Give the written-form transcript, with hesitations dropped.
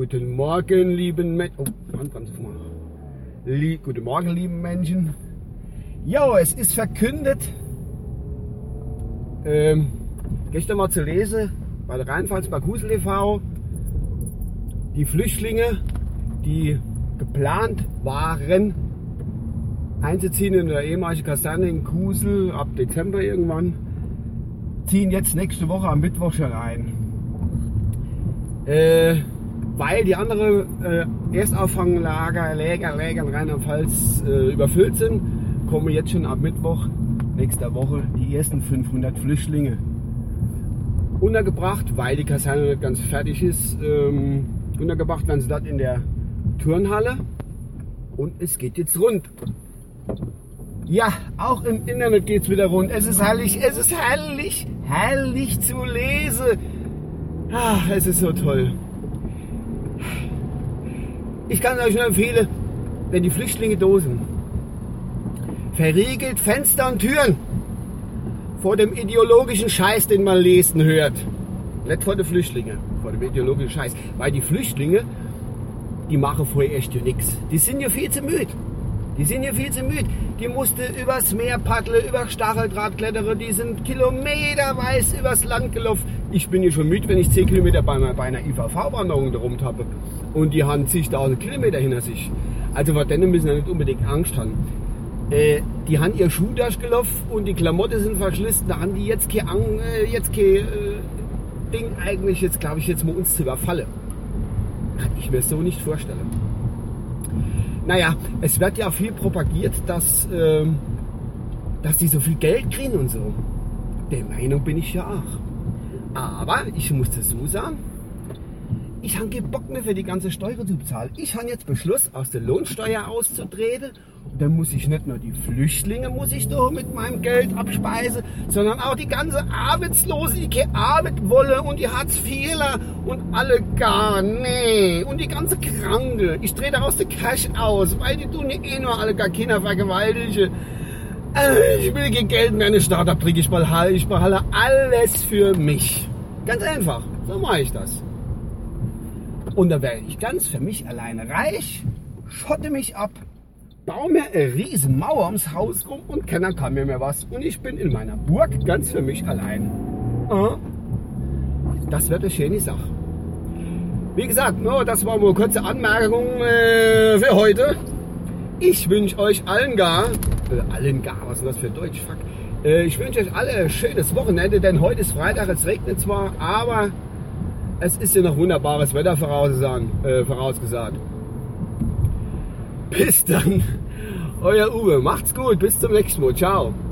Guten Morgen, lieben Menschen. Guten Morgen, lieben Menschen. Jo, es ist verkündet, gestern mal zu lesen, bei der Rheinpfalz-Kusel e.V., die Flüchtlinge, die geplant waren, einzuziehen in der ehemaligen Kaserne in Kusel ab Dezember irgendwann, ziehen jetzt nächste Woche am Mittwoch schon ein. Weil die anderen Erstauffanglager in Rheinland-Pfalz überfüllt sind, kommen jetzt schon ab Mittwoch nächster Woche die ersten 500 Flüchtlinge untergebracht, weil die Kaserne nicht ganz fertig ist. Untergebracht werden sie dort in der Turnhalle und es geht jetzt rund. Ja, auch im Internet geht es wieder rund. Es ist herrlich zu lesen. Ach, es ist so toll. Ich kann euch nur empfehlen, wenn die Flüchtlinge da sind, verriegelt Fenster und Türen vor dem ideologischen Scheiß, den man lesen hört. Nicht vor den Flüchtlingen, vor dem ideologischen Scheiß. Weil die Flüchtlinge, die machen vorher echt nichts. Die sind ja viel zu müde. Die mussten übers Meer paddeln, über Stacheldraht klettern, die sind kilometerweit übers Land gelaufen. Ich bin ja schon müde, wenn ich 10 Kilometer bei einer IVV-Wanderung da rumtappe. Und die haben zigtausend Kilometer hinter sich. Also vor denen müssen wir nicht unbedingt Angst haben. Die haben ihr Schuh durchgelaufen und die Klamotten sind verschlissen. Da haben die jetzt kein Ding eigentlich, jetzt glaube ich, jetzt mal uns zu überfallen. Kann ich mir so nicht vorstellen. Naja, es wird ja viel propagiert, dass die so viel Geld kriegen und so. Der Meinung bin ich ja auch. Aber ich muss das so sagen, ich habe keinen Bock mehr für die ganze Steuer zu bezahlen. Ich habe jetzt Beschluss, aus der Lohnsteuer auszutreten. Und dann muss ich nicht nur die Flüchtlinge da mit meinem Geld abspeisen, sondern auch die ganze Arbeitslose, die keine Arbeit wollen und die Hartz-IVler und alle gar nee. Und die ganze Kranke. Ich drehe daraus den Cash aus, weil die tun ja eh nur alle gar Kinder vergewaltigen. Ich will kein Geld mehr in eine Startup kriegen. Ich behalte alles für mich. Ganz einfach. So mache ich das. Und dann werde ich ganz für mich alleine reich, schotte mich ab, baue mir eine riesen Mauer ums Haus rum und keiner kann mir mehr was. Und ich bin in meiner Burg ganz für mich allein. Das wird eine schöne Sache. Wie gesagt, das war mal eine kurze Anmerkung für heute. Ich wünsche euch was ist das für Deutsch? Fuck. Ich wünsche euch alle ein schönes Wochenende, denn heute ist Freitag, es regnet zwar, aber es ist ja noch wunderbares Wetter vorausgesagt. Bis dann, euer Uwe. Macht's gut, bis zum nächsten Mal. Ciao.